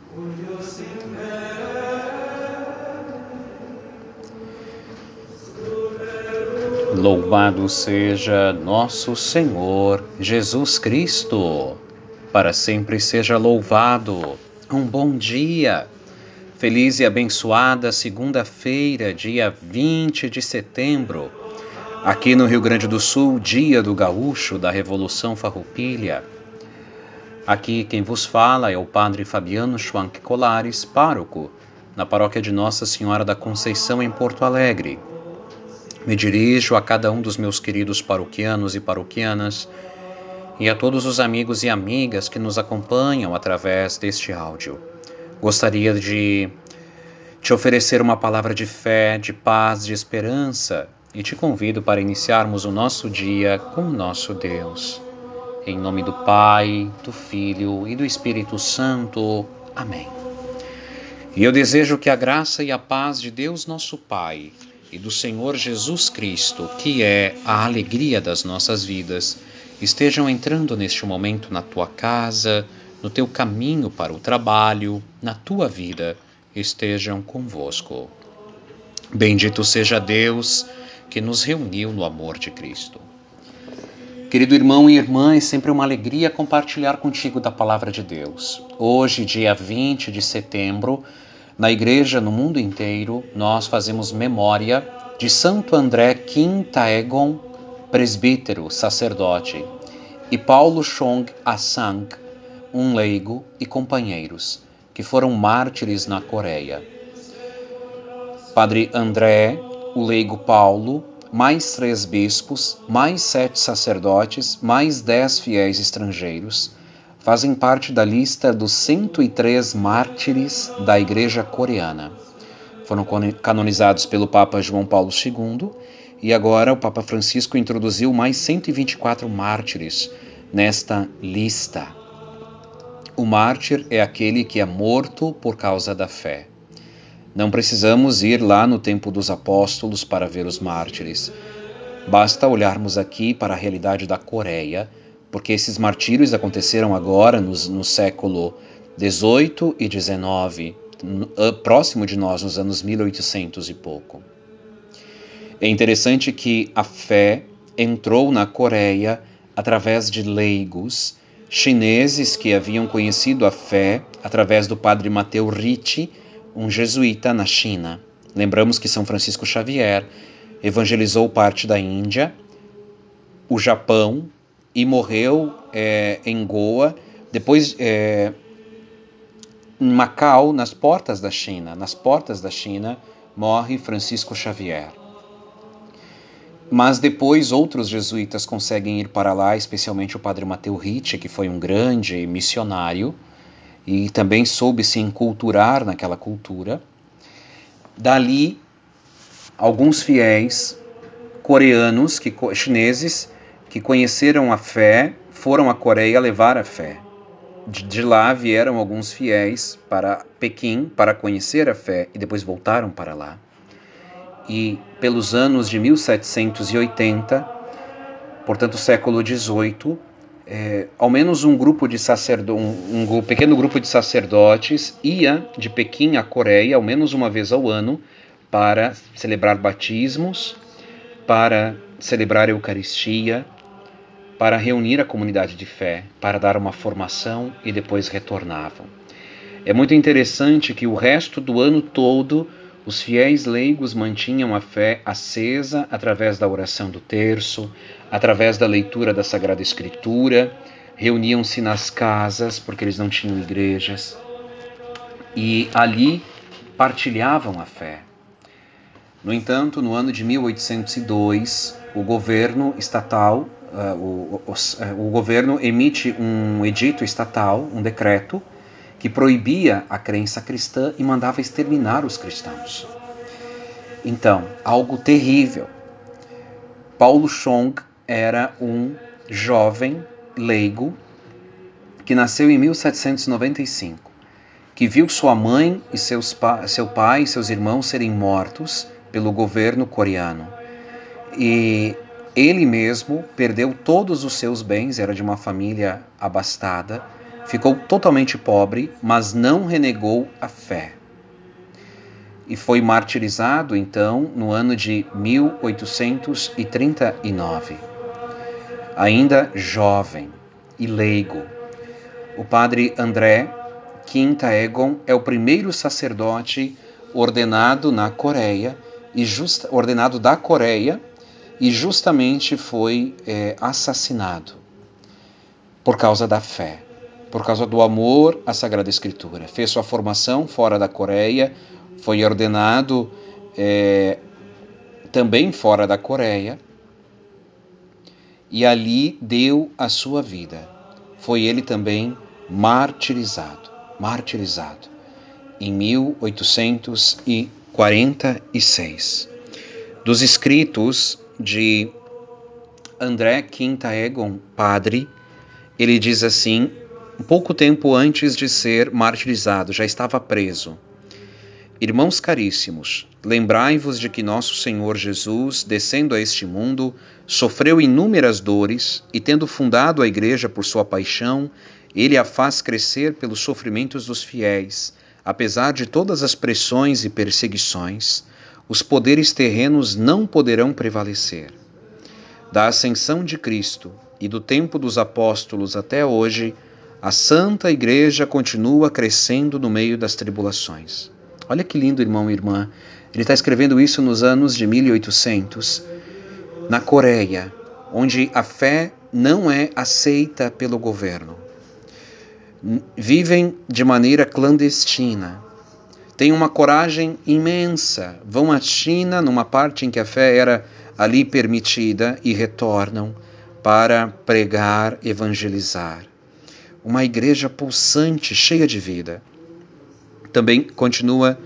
Louvado seja nosso Senhor Jesus Cristo, para sempre seja louvado. Um bom dia, feliz e abençoada segunda-feira, dia 20 de setembro, aqui no Rio Grande do Sul, dia do gaúcho da Revolução Farroupilha. Aqui quem vos fala é o Padre Fabiano Schwanck Colares, pároco, na paróquia de Nossa Senhora da Conceição, em Porto Alegre. Me dirijo a cada um dos meus queridos paroquianos e paroquianas e a todos os amigos e amigas que nos acompanham através deste áudio. Gostaria de te oferecer uma palavra de fé, de paz, de esperança e te convido para iniciarmos o nosso dia com o nosso Deus. Em nome do Pai, do Filho e do Espírito Santo. Amém. E eu desejo que a graça e a paz de Deus nosso Pai e do Senhor Jesus Cristo, que é a alegria das nossas vidas, estejam entrando neste momento na tua casa, no teu caminho para o trabalho, na tua vida, estejam convosco. Bendito seja Deus que nos reuniu no amor de Cristo. Querido irmão e irmã, é sempre uma alegria compartilhar contigo da Palavra de Deus. Hoje, dia 20 de setembro, na igreja no mundo inteiro, nós fazemos memória de Santo André Quintaegon, presbítero, sacerdote, e Paulo Chong Asang, um leigo, e companheiros, que foram mártires na Coreia. Padre André, o leigo Paulo, mais 3 bispos, mais 7 sacerdotes, mais 10 fiéis estrangeiros, fazem parte da lista dos 103 mártires da Igreja coreana. Foram canonizados pelo Papa João Paulo II e agora o Papa Francisco introduziu mais 124 mártires nesta lista. O mártir é aquele que é morto por causa da fé. Não precisamos ir lá no tempo dos apóstolos para ver os mártires. Basta olharmos aqui para a realidade da Coreia, porque esses martírios aconteceram agora no século XVIII e XIX, próximo de nós, nos anos 1800 e pouco. É interessante que a fé entrou na Coreia através de leigos chineses que haviam conhecido a fé através do padre Mateu Ricci, um jesuíta na China. Lembramos que São Francisco Xavier evangelizou parte da Índia, o Japão e morreu em Goa, depois em Macau, nas portas da China. Nas portas da China morre Francisco Xavier. Mas depois outros jesuítas conseguem ir para lá, especialmente o padre Mateu Ricci, que foi um grande missionário e também soube se enculturar naquela cultura. Dali, alguns fiéis coreanos, chineses, que conheceram a fé, foram à Coreia levar a fé. De lá vieram alguns fiéis para Pequim para conhecer a fé e depois voltaram para lá. E pelos anos de 1780, portanto século XVIII, ao menos um pequeno grupo de sacerdotes ia de Pequim à Coreia ao menos uma vez ao ano para celebrar batismos, para celebrar a Eucaristia, para reunir a comunidade de fé, para dar uma formação e depois retornavam. É muito interessante que o resto do ano todo os fiéis leigos mantinham a fé acesa através da oração do terço, através da leitura da Sagrada Escritura, reuniam-se nas casas, porque eles não tinham igrejas, e ali partilhavam a fé. No entanto, no ano de 1802, o governo estatal, o governo emite um edito estatal, um decreto, que proibia a crença cristã e mandava exterminar os cristãos. Então, algo terrível. Paulo Chong era um jovem leigo que nasceu em 1795, que viu sua mãe e seu pai e seus irmãos serem mortos pelo governo coreano. E ele mesmo perdeu todos os seus bens, era de uma família abastada, ficou totalmente pobre, mas não renegou a fé. E foi martirizado, então, no ano de 1839. Ainda jovem e leigo, o padre André Quinta Egon é o primeiro sacerdote ordenado da Coreia e justamente foi assassinado por causa da fé, por causa do amor à Sagrada Escritura. Fez sua formação fora da Coreia, foi ordenado também fora da Coreia e ali deu a sua vida. Foi ele também martirizado em 1846. Dos escritos de André Quinta Egon, padre, ele diz assim, um pouco tempo antes de ser martirizado, já estava preso. Irmãos caríssimos, lembrai-vos de que nosso Senhor Jesus, descendo a este mundo, sofreu inúmeras dores e, tendo fundado a Igreja por sua paixão, ele a faz crescer pelos sofrimentos dos fiéis. Apesar de todas as pressões e perseguições, os poderes terrenos não poderão prevalecer. Da ascensão de Cristo e do tempo dos apóstolos até hoje, a Santa Igreja continua crescendo no meio das tribulações. Olha que lindo, irmão e irmã. Ele está escrevendo isso nos anos de 1800, na Coreia, onde a fé não é aceita pelo governo. Vivem de maneira clandestina. Têm uma coragem imensa. Vão à China, numa parte em que a fé era ali permitida, e retornam para pregar, evangelizar. Uma igreja pulsante, cheia de vida. Também continua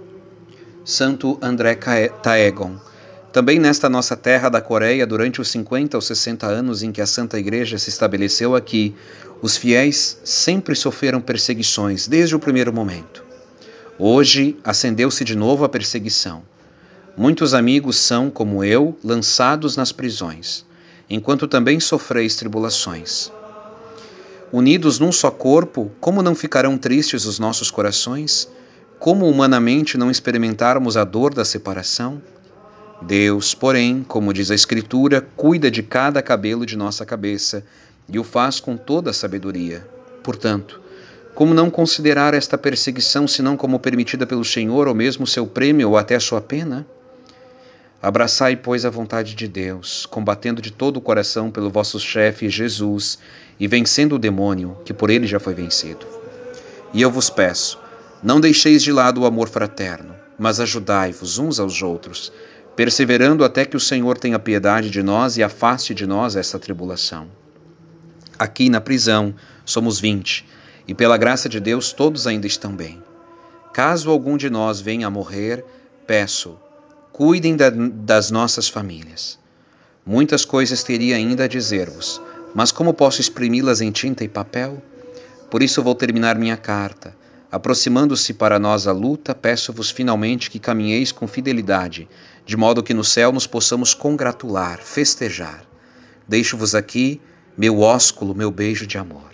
Santo André Taegon. Também nesta nossa terra da Coreia, durante os 50 ou 60 anos em que a Santa Igreja se estabeleceu aqui, os fiéis sempre sofreram perseguições, desde o primeiro momento. Hoje, acendeu-se de novo a perseguição. Muitos amigos são, como eu, lançados nas prisões, enquanto também sofreis tribulações. Unidos num só corpo, como não ficarão tristes os nossos corações? Como humanamente não experimentarmos a dor da separação? Deus, porém, como diz a Escritura, cuida de cada cabelo de nossa cabeça e o faz com toda a sabedoria. Portanto, como não considerar esta perseguição senão como permitida pelo Senhor, ou mesmo seu prêmio ou até sua pena? Abraçai, pois, a vontade de Deus, combatendo de todo o coração pelo vosso chefe Jesus e vencendo o demônio, que por ele já foi vencido. E eu vos peço, não deixeis de lado o amor fraterno, mas ajudai-vos uns aos outros, perseverando até que o Senhor tenha piedade de nós e afaste de nós esta tribulação. Aqui na prisão somos 20, e pela graça de Deus todos ainda estão bem. Caso algum de nós venha a morrer, peço, cuidem das nossas famílias. Muitas coisas teria ainda a dizer-vos, mas como posso exprimi-las em tinta e papel? Por isso vou terminar minha carta. Aproximando-se para nós a luta, peço-vos finalmente que caminheis com fidelidade, de modo que no céu nos possamos congratular, festejar. Deixo-vos aqui meu ósculo, meu beijo de amor.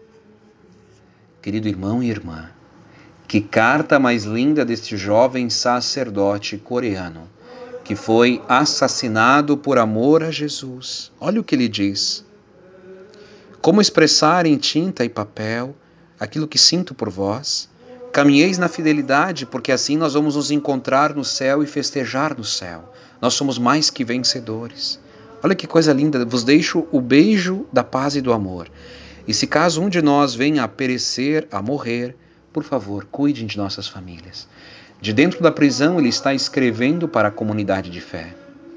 Querido irmão e irmã, que carta mais linda deste jovem sacerdote coreano, que foi assassinado por amor a Jesus. Olha o que ele diz. Como expressar em tinta e papel aquilo que sinto por vós? Caminheis na fidelidade, porque assim nós vamos nos encontrar no céu e festejar no céu. Nós somos mais que vencedores. Olha que coisa linda, vos deixo o beijo da paz e do amor. E se caso um de nós venha a perecer, a morrer, por favor, cuidem de nossas famílias. De dentro da prisão, ele está escrevendo para a comunidade de fé.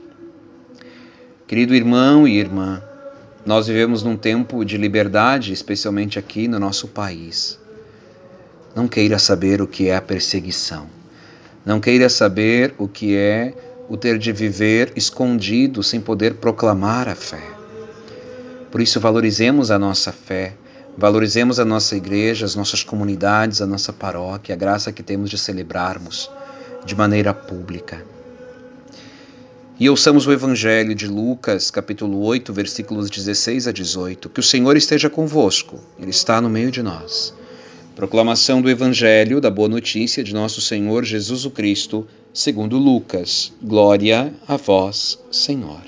Querido irmão e irmã, nós vivemos num tempo de liberdade, especialmente aqui no nosso país. Não queira saber o que é a perseguição. Não queira saber o que é o ter de viver escondido sem poder proclamar a fé. Por isso, valorizemos a nossa fé, valorizemos a nossa igreja, as nossas comunidades, a nossa paróquia, a graça que temos de celebrarmos de maneira pública. E ouçamos o Evangelho de Lucas, capítulo 8, versículos 16 a 18. Que o Senhor esteja convosco, Ele está no meio de nós. Proclamação do Evangelho da Boa Notícia de nosso Senhor Jesus o Cristo, segundo Lucas. Glória a vós, Senhor.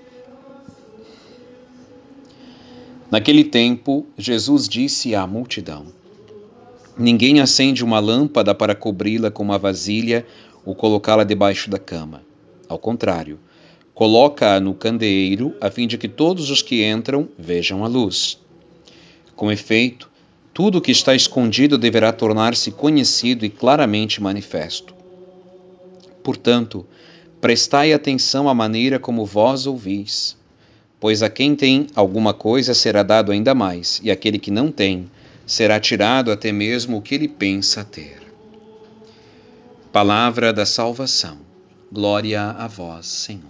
Naquele tempo, Jesus disse à multidão: Ninguém acende uma lâmpada para cobri-la com uma vasilha ou colocá-la debaixo da cama. Ao contrário, coloca-a no candeeiro, a fim de que todos os que entram vejam a luz. Com efeito, tudo o que está escondido deverá tornar-se conhecido e claramente manifesto. Portanto, prestai atenção à maneira como vós ouvis. Pois a quem tem alguma coisa será dado ainda mais, e aquele que não tem será tirado até mesmo o que ele pensa ter. Palavra da salvação. Glória a vós, Senhor.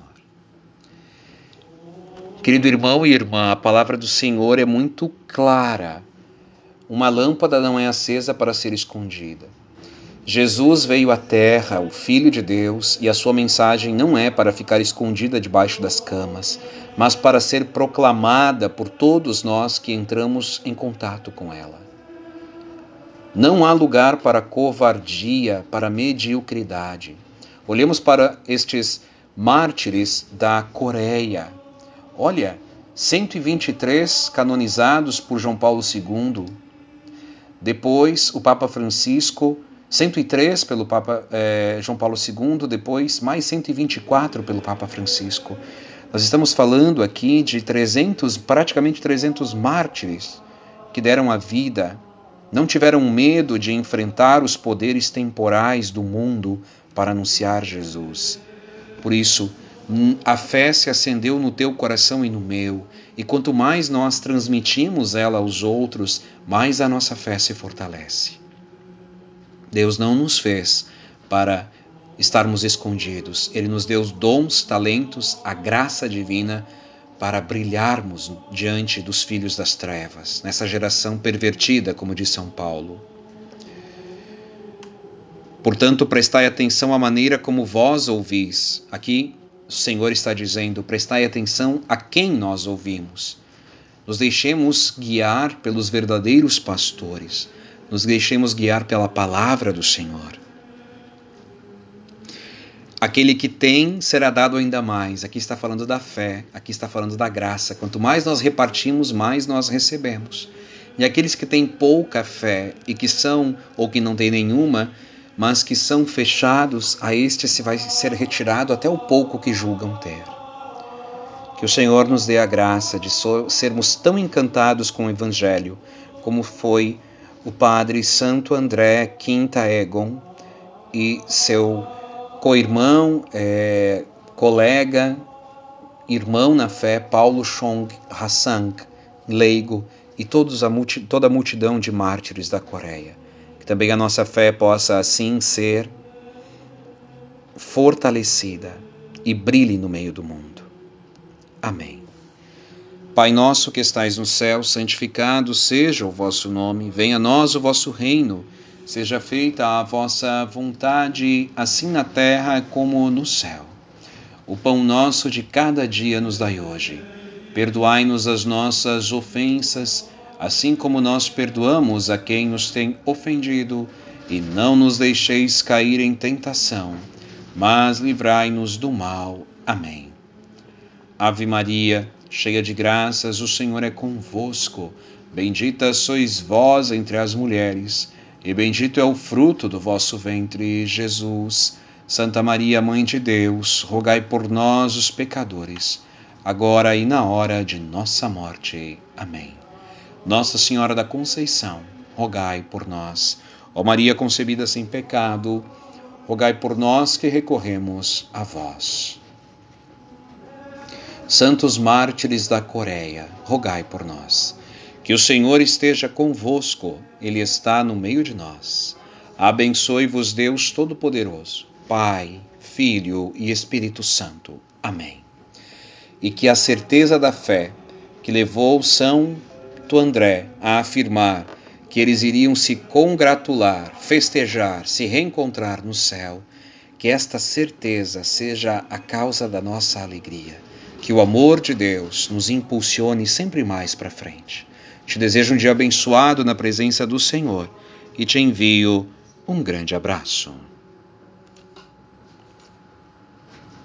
Querido irmão e irmã, a palavra do Senhor é muito clara. Uma lâmpada não é acesa para ser escondida. Jesus veio à Terra, o Filho de Deus, e a sua mensagem não é para ficar escondida debaixo das camas, mas para ser proclamada por todos nós que entramos em contato com ela. Não há lugar para covardia, para mediocridade. Olhemos para estes mártires da Coreia. Olha, 123 canonizados por João Paulo II. Depois, o Papa Francisco, 103 pelo Papa João Paulo II, depois mais 124 pelo Papa Francisco. Nós estamos falando aqui de praticamente 300 mártires que deram a vida, não tiveram medo de enfrentar os poderes temporais do mundo para anunciar Jesus. Por isso, a fé se acendeu no teu coração e no meu, e quanto mais nós transmitimos ela aos outros, mais a nossa fé se fortalece. Deus não nos fez para estarmos escondidos. Ele nos deu dons, talentos, a graça divina para brilharmos diante dos filhos das trevas, nessa geração pervertida, como diz São Paulo. Portanto, prestai atenção à maneira como vós ouvis. Aqui, o Senhor está dizendo, prestai atenção a quem nós ouvimos. Nos deixemos guiar pelos verdadeiros pastores. Nos deixemos guiar pela palavra do Senhor. Aquele que tem será dado ainda mais. Aqui está falando da fé, aqui está falando da graça. Quanto mais nós repartimos, mais nós recebemos. E aqueles que têm pouca fé e que são, ou que não têm nenhuma, mas que são fechados, a este se vai ser retirado até o pouco que julgam ter. Que o Senhor nos dê a graça de sermos tão encantados com o Evangelho, como foi o Padre Santo André Quinta Egon e seu co-irmão, colega, irmão na fé, Paulo Chong Hassang, leigo, e toda a multidão de mártires da Coreia. Que também a nossa fé possa assim ser fortalecida e brilhe no meio do mundo. Amém. Pai nosso que estais no céu, santificado seja o vosso nome, venha a nós o vosso reino, seja feita a vossa vontade, assim na terra como no céu. O pão nosso de cada dia nos dai hoje. Perdoai-nos as nossas ofensas, assim como nós perdoamos a quem nos tem ofendido, e não nos deixeis cair em tentação, mas livrai-nos do mal. Amém. Ave Maria, cheia de graças, o Senhor é convosco. Bendita sois vós entre as mulheres, e bendito é o fruto do vosso ventre, Jesus. Santa Maria, Mãe de Deus, rogai por nós, os pecadores, agora e na hora de nossa morte. Amém. Nossa Senhora da Conceição, rogai por nós. Ó Maria concebida sem pecado, rogai por nós que recorremos a vós. Santos mártires da Coreia, rogai por nós. Que o Senhor esteja convosco, Ele está no meio de nós. Abençoe-vos Deus Todo-Poderoso, Pai, Filho e Espírito Santo. Amém. E que a certeza da fé que levou Santo André a afirmar que eles iriam se congratular, festejar, se reencontrar no céu, Que esta certeza seja a causa da nossa alegria. Que o amor de Deus nos impulsione sempre mais para frente. Te desejo um dia abençoado na presença do Senhor e te envio um grande abraço.